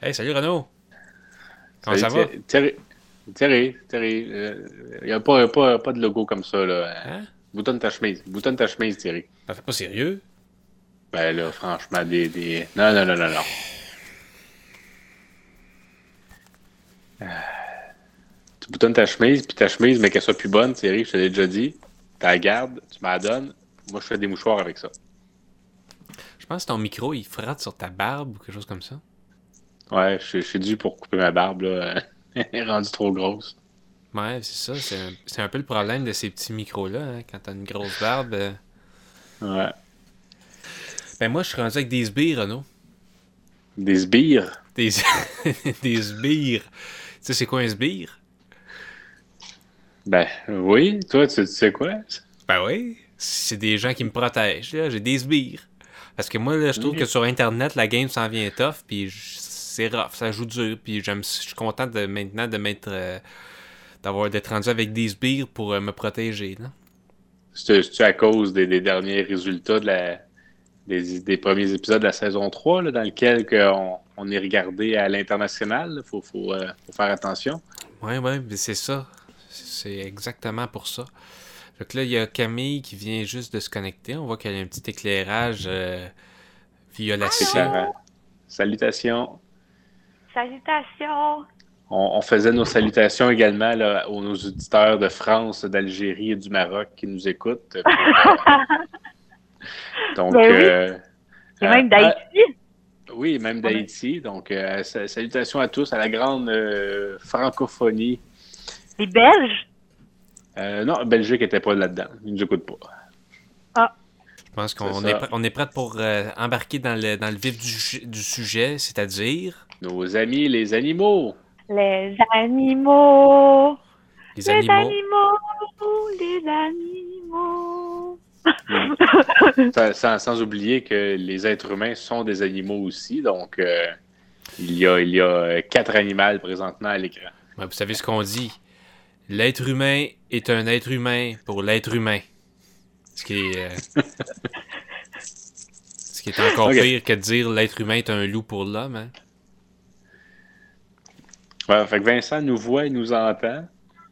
Hey, salut Renaud! Comment Salut ça va? Thierry. Thierry, il n'y a pas de logo comme ça, là. Hein? Boutonne ta chemise. Boutonne ta chemise, Thierry. Ça fait pas sérieux? Ben là, franchement, Non, non, non, non, non. Tu boutonnes ta chemise, puis ta chemise, mais qu'elle soit plus bonne, Thierry, je te l'ai déjà dit. Tu la gardes, tu me la donnes. Moi, je fais des mouchoirs avec ça. Je pense que ton micro, il frotte sur ta barbe ou quelque chose comme ça. Ouais, je suis dû pour couper ma barbe, là. Elle est rendue trop grosse. Ouais, c'est ça. C'est un peu le problème de ces petits micros-là, hein, quand t'as une grosse barbe. Ouais. Ben moi, je suis rendu avec des sbires, Renaud. Des sbires. Des, des sbires. Tu sais, c'est quoi un sbire? Ben oui, toi, tu sais quoi? Ben oui. C'est des gens qui me protègent, là. J'ai des sbires. Parce que moi, là, je trouve que Ok. sur Internet, la game s'en vient tough, puis c'est rough, ça joue dur, puis je suis content de maintenant de m'être d'être rendu avec des sbires pour me protéger, là. C'est-tu à cause des derniers résultats des premiers épisodes de la saison 3 là, dans lequel on est regardé à l'international? Faut faire attention. Ouais, mais c'est ça. C'est exactement pour ça. Fait que là, il y a Camille qui vient juste de se connecter. On voit qu'elle a un petit éclairage C'est violacé. éclairant. Salutations. Salutations! On faisait nos salutations également là, aux nos auditeurs de France, d'Algérie et du Maroc qui nous écoutent. Donc, Ben oui, et euh, même ah, d'Haïti. oui, même On a d'Haïti. Donc, salutations à tous, à la grande francophonie. des Belges. Non, Belgique n'était pas là-dedans. Ils ne nous écoutent pas. Ah, Je pense C'est qu'on est, ça. on est prêt pour embarquer dans le vif du sujet, c'est-à-dire Nos amis, les animaux. les animaux. les Les animaux. animaux. Les animaux. Hmm. Sans oublier que les êtres humains sont des animaux aussi. Donc, il y a 4 animaux présentement à l'écran. Ouais, vous savez ce qu'on dit. L'être humain est un être humain pour l'être humain. Ce qui est, ce qui est encore OK. pire que de dire l'être humain est un loup pour l'homme. Hein? Ouais, fait que Vincent nous voit et nous entend.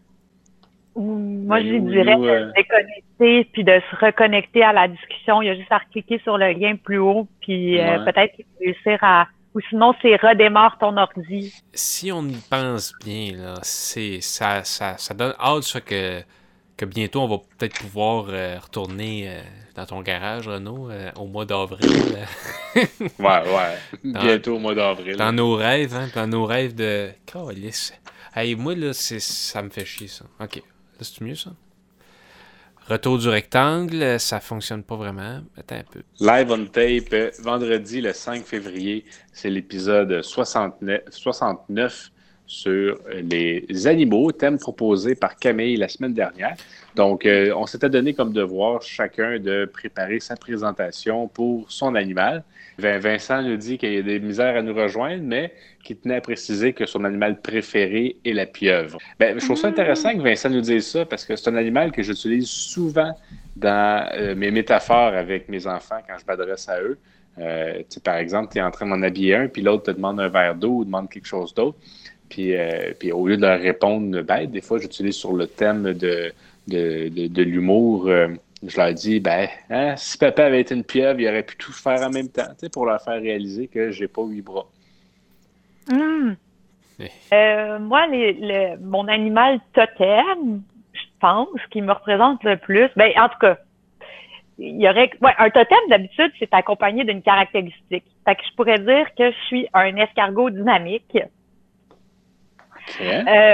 Moi, Mais je lui nous, dirais nous de se déconnecter puis de se reconnecter à la discussion. Il y a juste à cliquer sur le lien plus haut puis ouais. peut-être réussir à... Ou sinon, c'est redémarre ton ordi. Si on y pense bien, là, ça donne hâte ça que bientôt on va peut-être pouvoir retourner dans ton garage, Renaud, au mois d'avril. Ouais. dans, Bientôt au mois dans d'avril. nos rêves, hein, dans nos rêves de. Calice. Hey, moi, là, ça me fait chier, ça. Ok. Là, c'est mieux, ça? Retour du rectangle, ça fonctionne pas vraiment. Attends un peu. Live on tape, vendredi le 5 février, c'est l'épisode 69 sur les animaux, thème proposé par Camille la semaine dernière. Donc, on s'était donné comme devoir chacun de préparer sa présentation pour son animal. Vincent nous dit qu'il y a des misères à nous rejoindre, mais qu'il tenait à préciser que son animal préféré est la pieuvre. Ben, je trouve ça intéressant que Vincent nous dise ça parce que c'est un animal que j'utilise souvent dans mes métaphores avec mes enfants quand je m'adresse à eux. Par exemple, tu es en train de m'en habiller un, puis l'autre te demande un verre d'eau ou demande quelque chose d'autre. Puis au lieu de leur répondre bête, des fois, j'utilise sur le thème de l'humour. Je leur dis, ben, hein, si papa avait été une pieuvre, il aurait pu tout faire en même temps, pour leur faire réaliser que j'ai pas 8 bras. Hum. Eh, Moi, mon animal totem, je pense, qui me représente le plus, ben, en tout cas, il y aurait, ouais, un totem, d'habitude, c'est accompagné d'une caractéristique. Fait que je pourrais dire que je suis un escargot dynamique. OK. Euh,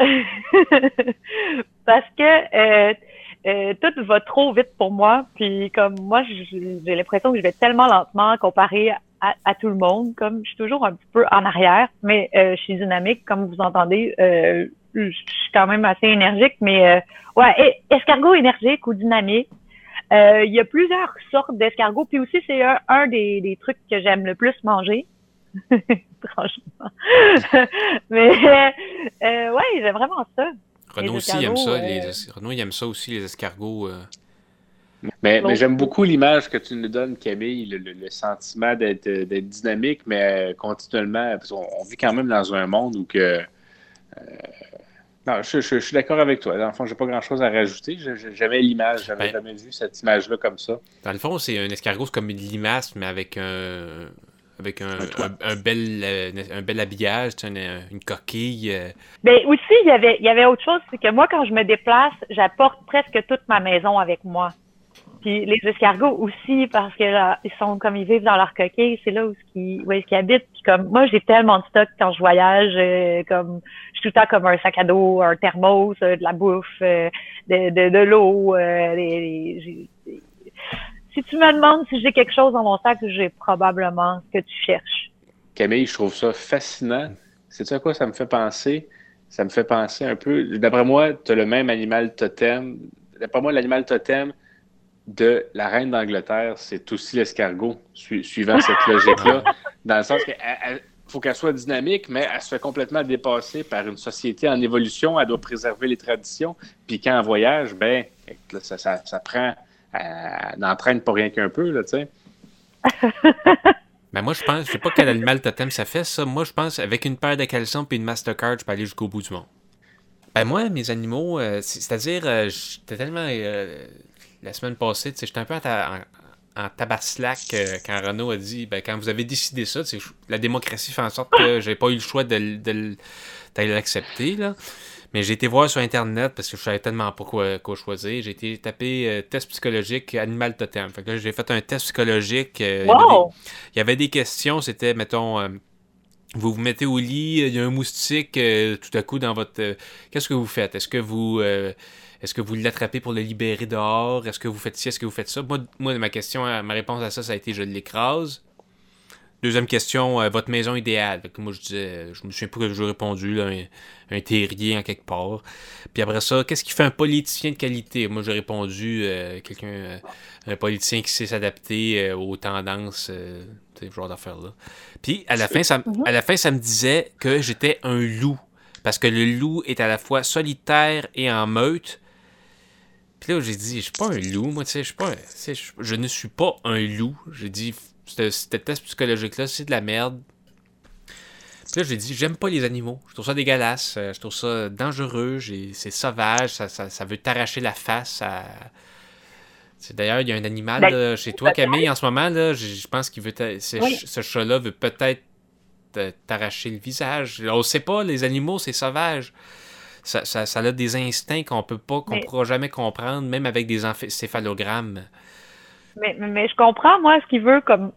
parce que tout va trop vite pour moi. Puis comme moi, j'ai l'impression que je vais tellement lentement comparé à tout le monde. Comme je suis toujours un petit peu en arrière, mais je suis dynamique, comme vous entendez. Je suis quand même assez énergique, mais ouais, escargot énergique ou dynamique. Il y a plusieurs sortes d'escargots. Puis aussi, c'est un des trucs que j'aime le plus manger. Franchement. Mais ouais, j'aime vraiment ça. Les Renaud aussi, il aime escargots. ça. Renaud, il aime ça aussi, les escargots. Mais j'aime beaucoup l'image que tu nous donnes, Camille, le sentiment d'être dynamique, mais continuellement, parce qu'on vit quand même dans un monde où que... non, je suis d'accord avec toi. Dans le fond, j'ai pas grand-chose à rajouter. J'avais l'image, j'avais jamais vu cette image-là comme ça. Dans le fond, c'est un escargot, c'est comme une limace, mais avec un bel habillage, une coquille. Ben aussi, il y avait autre chose, c'est que moi, quand je me déplace, j'apporte presque toute ma maison avec moi. Puis les escargots aussi, parce que là, ils vivent dans leur coquille, c'est là où est-ce qu'ils habitent. Puis comme moi, j'ai tellement de stock quand je voyage, comme je suis tout le temps comme un sac à dos, un thermos, de la bouffe, de l'eau. Si tu me demandes si j'ai quelque chose dans mon sac, j'ai probablement ce que tu cherches. Camille, je trouve ça fascinant. Sais-tu à quoi ça me fait penser? Ça me fait penser un peu. D'après moi, tu as le même animal totem. D'après moi, l'animal totem de la reine d'Angleterre, c'est aussi l'escargot, suivant cette logique-là, dans le sens qu'il faut qu'elle soit dynamique, mais elle se fait complètement dépasser par une société en évolution, elle doit préserver les traditions, puis quand elle voyage, ben, ça prend, elle n'entraîne pas rien qu'un peu, là, tu sais. Ben moi, je sais pas quel animal totem ça fait, ça. Moi, je pense, avec une paire de caleçons et une Mastercard, je peux aller jusqu'au bout du monde. Ben moi, mes animaux, c'est-à-dire, j'étais tellement... la semaine passée, j'étais un peu en tabarslac quand Renaud a dit, ben, quand vous avez décidé ça, la démocratie fait en sorte que j'ai pas eu le choix d'aller l'accepter, là. Mais j'ai été voir sur Internet parce que je savais tellement pas quoi choisir. J'ai été taper test psychologique animal totem. Fait que là, j'ai fait un test psychologique. Wow! Il y avait des questions, c'était, mettons, vous vous mettez au lit, il y a un moustique tout à coup dans votre... qu'est-ce que vous faites? Est-ce que vous l'attrapez pour le libérer dehors? Est-ce que vous faites ci? Est-ce que vous faites ça? Moi ma réponse à ça, ça a été je l'écrase. Deuxième question, votre maison idéale. Fait que moi, je me souviens pas que j'ai répondu, là, un terrier en quelque part. Puis après ça, qu'est-ce qui fait un politicien de qualité? Moi, j'ai répondu un politicien qui sait s'adapter aux tendances, ce genre d'affaires-là. Puis à la fin, ça me disait que j'étais un loup. Parce que le loup est à la fois solitaire et en meute. Puis là, j'ai dit, je suis pas un loup, moi, tu sais, je ne suis pas un loup. J'ai dit, ce test psychologique-là, c'est de la merde. Puis là, j'ai dit, j'aime pas les animaux. Je trouve ça dégueulasse. Je trouve ça dangereux. C'est sauvage. Ça veut t'arracher la face. D'ailleurs, il y a un animal là, chez toi, Camille, en ce moment. Là, je pense qu'il veut... Ce chat-là veut peut-être t'arracher le visage. On sait pas, les animaux, c'est sauvage. Ça a des instincts qu'on pourra jamais comprendre, même avec des encéphalogrammes. Mais je comprends, moi, ce qu'il veut comme...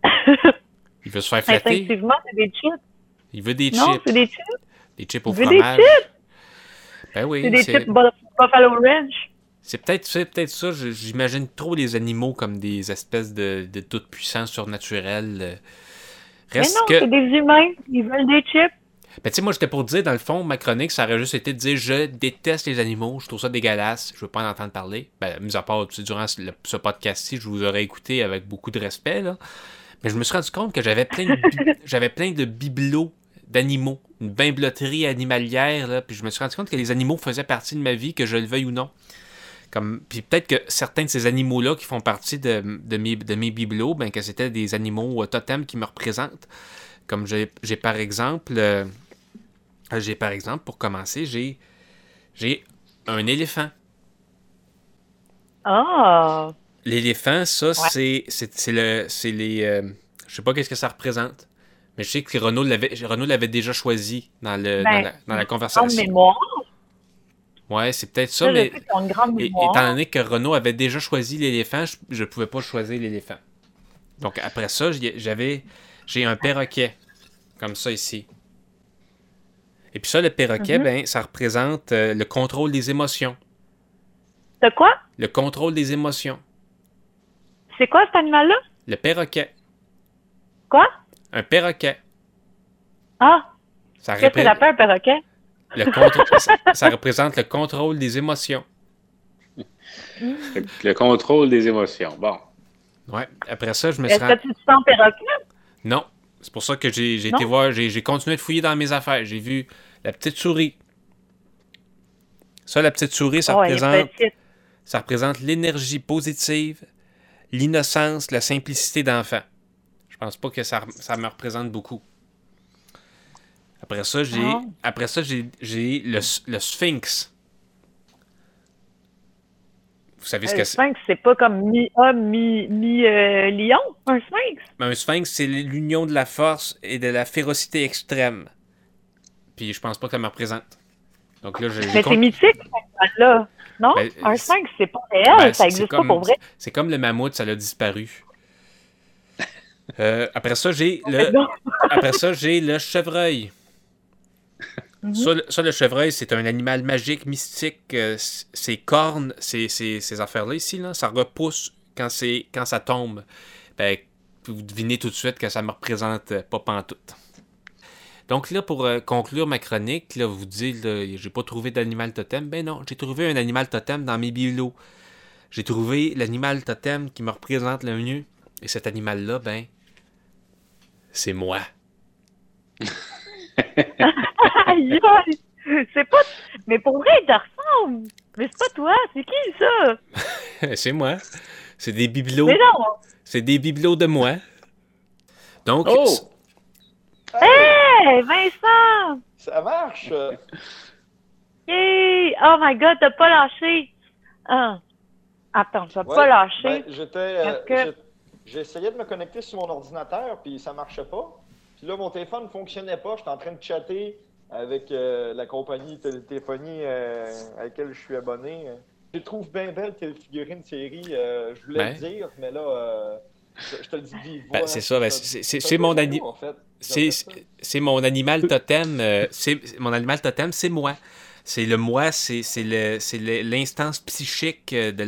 Il veut se faire flatter. Effectivement, c'est des chips. Il veut des chips. Non, c'est des chips. Des chips au fromage. Des chips. Ben oui. C'est des chips Buffalo Ranch. C'est peut-être ça. J'imagine trop les animaux comme des espèces de toute-puissance surnaturelle. Mais non, c'est des humains. Ils veulent des chips. Ben, tu sais, moi, j'étais pour dire, dans le fond, ma chronique, ça aurait juste été de dire je déteste les animaux, je trouve ça dégueulasse, je veux pas en entendre parler. Ben, mis à part, durant ce podcast-ci, je vous aurais écouté avec beaucoup de respect, là. Mais je me suis rendu compte que j'avais plein de bibelots d'animaux, une bibeloterie animalière, là, puis je me suis rendu compte que les animaux faisaient partie de ma vie, que je le veuille ou non. Puis peut-être que certains de ces animaux-là qui font partie de mes bibelots, ben, que c'était des animaux totems qui me représentent. Comme j'ai par exemple, pour commencer, j'ai un éléphant. Ah! L'éléphant, ça, c'est les... je sais pas qu'est-ce que ça représente, mais je sais que Renaud l'avait déjà choisi dans la conversation. Grande mémoire. Ouais, c'est peut-être ça, mais une grande mémoire. étant donné que Renaud avait déjà choisi l'éléphant, je pouvais pas choisir l'éléphant. Donc après ça, j'ai un perroquet, comme ça ici. Et puis ça, le perroquet, ben, ça représente le contrôle des émotions. C'est quoi? Le contrôle des émotions. C'est quoi cet animal-là? Le perroquet. Quoi? Un perroquet. Ah! Qu'est-ce que ça fait un perroquet? Ça représente le contrôle des émotions. Le contrôle des émotions. Bon. Ouais. Après ça, je me suis Est-ce que tu te sens perroquet? Non. C'est pour ça que j'ai été voir, j'ai continué de fouiller dans mes affaires. J'ai vu la petite souris. Ça, la petite souris, ça ça représente l'énergie positive, l'innocence, la simplicité d'enfant. Je pense pas que ça me représente beaucoup. Après ça, j'ai le sphinx. Vous savez ce que c'est? Un sphinx, c'est pas comme mi-homme, mi-lion, un sphinx? Un sphinx, c'est l'union de la force et de la férocité extrême. Puis je pense pas que ça me représente. Donc là, Mais c'est mythique, là. Non? Ben, un sphinx, c'est pas réel, ça existe pas pour vrai. C'est comme le mammouth, ça l'a disparu. Après ça, j'ai le chevreuil. Ça, le chevreuil, c'est un animal magique, mystique. Ses cornes, ces affaires-là ici, là, ça repousse quand ça tombe. Ben, vous devinez tout de suite que ça me représente pas pantoute. Donc là, pour conclure ma chronique, là, vous dites, là, j'ai pas trouvé d'animal totem. Ben non, j'ai trouvé un animal totem dans mes bibelots. J'ai trouvé l'animal totem qui me représente le mieux. Et cet animal-là, ben, c'est moi. Aïe, c'est pas... Mais pour vrai, il te ressemble. Mais c'est pas toi, c'est qui ça? C'est moi. C'est des bibelots. Mais non! C'est des bibelots de moi. Donc... Oh! Hey, Vincent! Ça marche! Yay! Oh my God, t'as pas lâché! Ah. Attends, tu vas pas lâcher. Ben, j'essayais de me connecter sur mon ordinateur, puis ça marchait pas. Puis là, mon téléphone ne fonctionnait pas. J'étais en train de chatter avec la compagnie de téléphonie à laquelle je suis abonné. Je trouve bien belle tes figurines série. Je voulais le dire, mais là, je te le dis vive voix. Ben, c'est ça. Ben, c'est mon animal. En fait. C'est mon animal totem. Mon animal totem, c'est moi. C'est le moi, c'est l'instance psychique de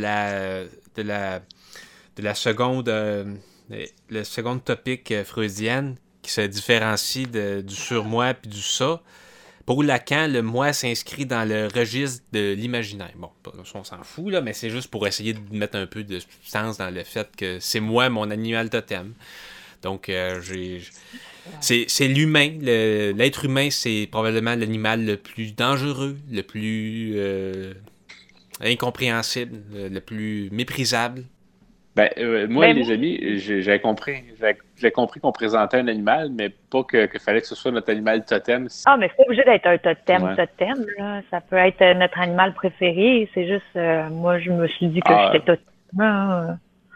la seconde, le second topic freudienne qui se différencie du surmoi puis du ça. Pour Lacan, le moi s'inscrit dans le registre de l'imaginaire. Bon, on s'en fout, là, mais c'est juste pour essayer de mettre un peu de substance dans le fait que c'est moi, mon animal totem. Donc, c'est l'humain. L'être humain, c'est probablement l'animal le plus dangereux, le plus incompréhensible, le plus méprisable. Moi, les amis, j'ai compris qu'on présentait un animal, mais pas qu'il fallait que ce soit notre animal totem. Ah, mais c'est pas obligé d'être un totem, Ouais. totem, là. Ça peut être notre animal préféré. C'est juste, moi, je me suis dit que j'étais totem.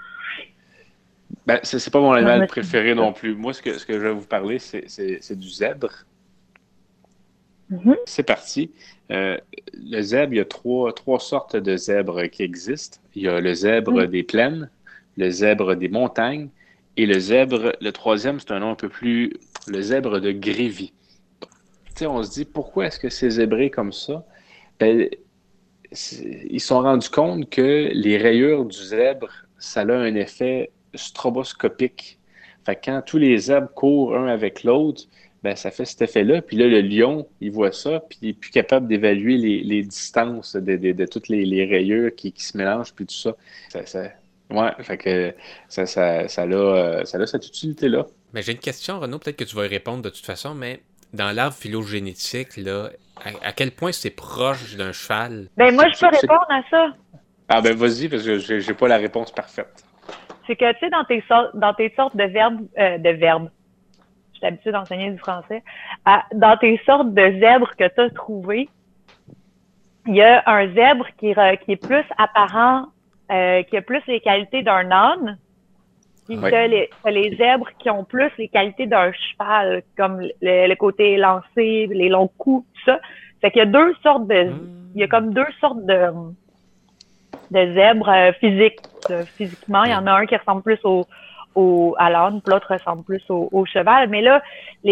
C'est pas mon animal préféré non plus. Moi, ce que je vais vous parler, c'est du zèbre. Mm-hmm. C'est parti. Le zèbre, il y a trois sortes de zèbres qui existent. Il y a le zèbre des plaines, le zèbre des montagnes et le troisième, c'est un nom un peu plus... Le zèbre de Grévy. Tu sais, on se dit, pourquoi est-ce que c'est zébré comme ça? Ben, ils se sont rendus compte que les rayures du zèbre, ça a un effet stroboscopique. Fait que quand tous les zèbres courent un avec l'autre, ben, ça fait cet effet-là. Puis là, le lion, il voit ça, puis il est plus capable d'évaluer les distances de toutes les rayures qui se mélangent, puis tout ça. Ouais, fait que ça a cette utilité-là. Mais j'ai une question, Renaud, peut-être que tu vas y répondre de toute façon, mais dans l'arbre phylogénétique, là, à quel point c'est proche d'un cheval? Ben, moi, je peux répondre à ça. Ah, ben, vas-y, parce que j'ai pas la réponse parfaite. C'est que, tu sais, dans tes sortes de verbes, je suis habituée d'enseigner du français, dans tes sortes de zèbres que tu as trouvées, il y a un zèbre qui est plus apparent, qui a plus les qualités d'un âne, puis t'as les zèbres qui ont plus les qualités d'un cheval, comme le côté élancé, les longs coups, tout ça. Fait qu'il y a il y a comme deux sortes de zèbres physiques. Physiquement, il y en a un qui ressemble plus à l'âne, puis l'autre ressemble plus au cheval. Mais là,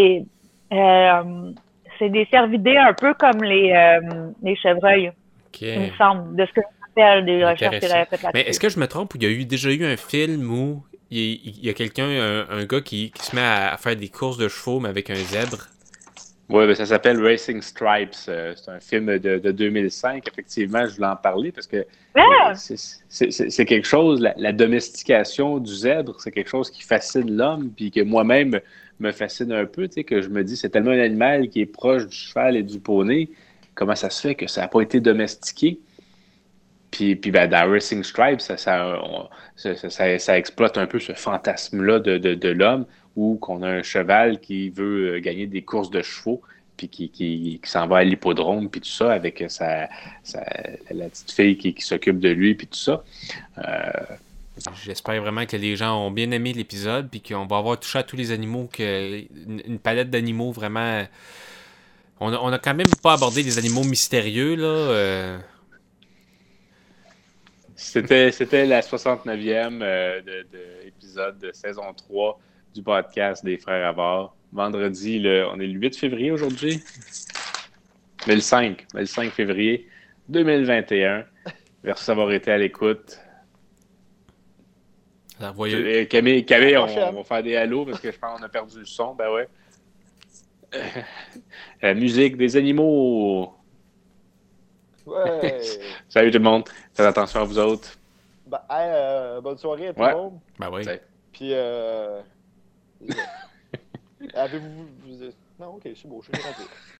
c'est des cervidés un peu comme les chevreuils, il me semble, de ce que j'appelle des recherches que j'avais faites là-dessus. Mais est-ce que je me trompe ou il y a déjà eu un film où il y a quelqu'un, un gars qui se met à faire des courses de chevaux, mais avec un zèbre? Oui, ben ça s'appelle Racing Stripes. C'est un film de 2005. Effectivement, je voulais en parler parce que c'est quelque chose, la domestication du zèbre, c'est quelque chose qui fascine l'homme, puis que moi-même me fascine un peu, tu sais, que je me dis, c'est tellement un animal qui est proche du cheval et du poney, comment ça se fait que ça n'a pas été domestiqué? Puis ben, dans Racing Stripes, ça exploite un peu ce fantasme-là de l'homme, où qu'on a un cheval qui veut gagner des courses de chevaux, puis qui s'en va à l'hippodrome, puis tout ça, avec la petite fille qui s'occupe de lui, puis tout ça. J'espère vraiment que les gens ont bien aimé l'épisode, puis qu'on va avoir touché à tous les animaux, une palette d'animaux vraiment... On a quand même pas abordé les animaux mystérieux, là. C'était la 69e épisode de saison 3 du podcast des Frères Avars. Vendredi, on est le 8 février aujourd'hui? Mais le 5 février 2021. Merci d'avoir été à l'écoute. Camille, on va faire des halos parce que je pense qu'on a perdu le son. Ben ouais. La musique des animaux. Ouais. Salut tout le monde. Faites attention à vous autres. Bonne soirée à tout le monde. Ben oui. Puis, avez-vous... Non, ok, c'est beau, je suis compris.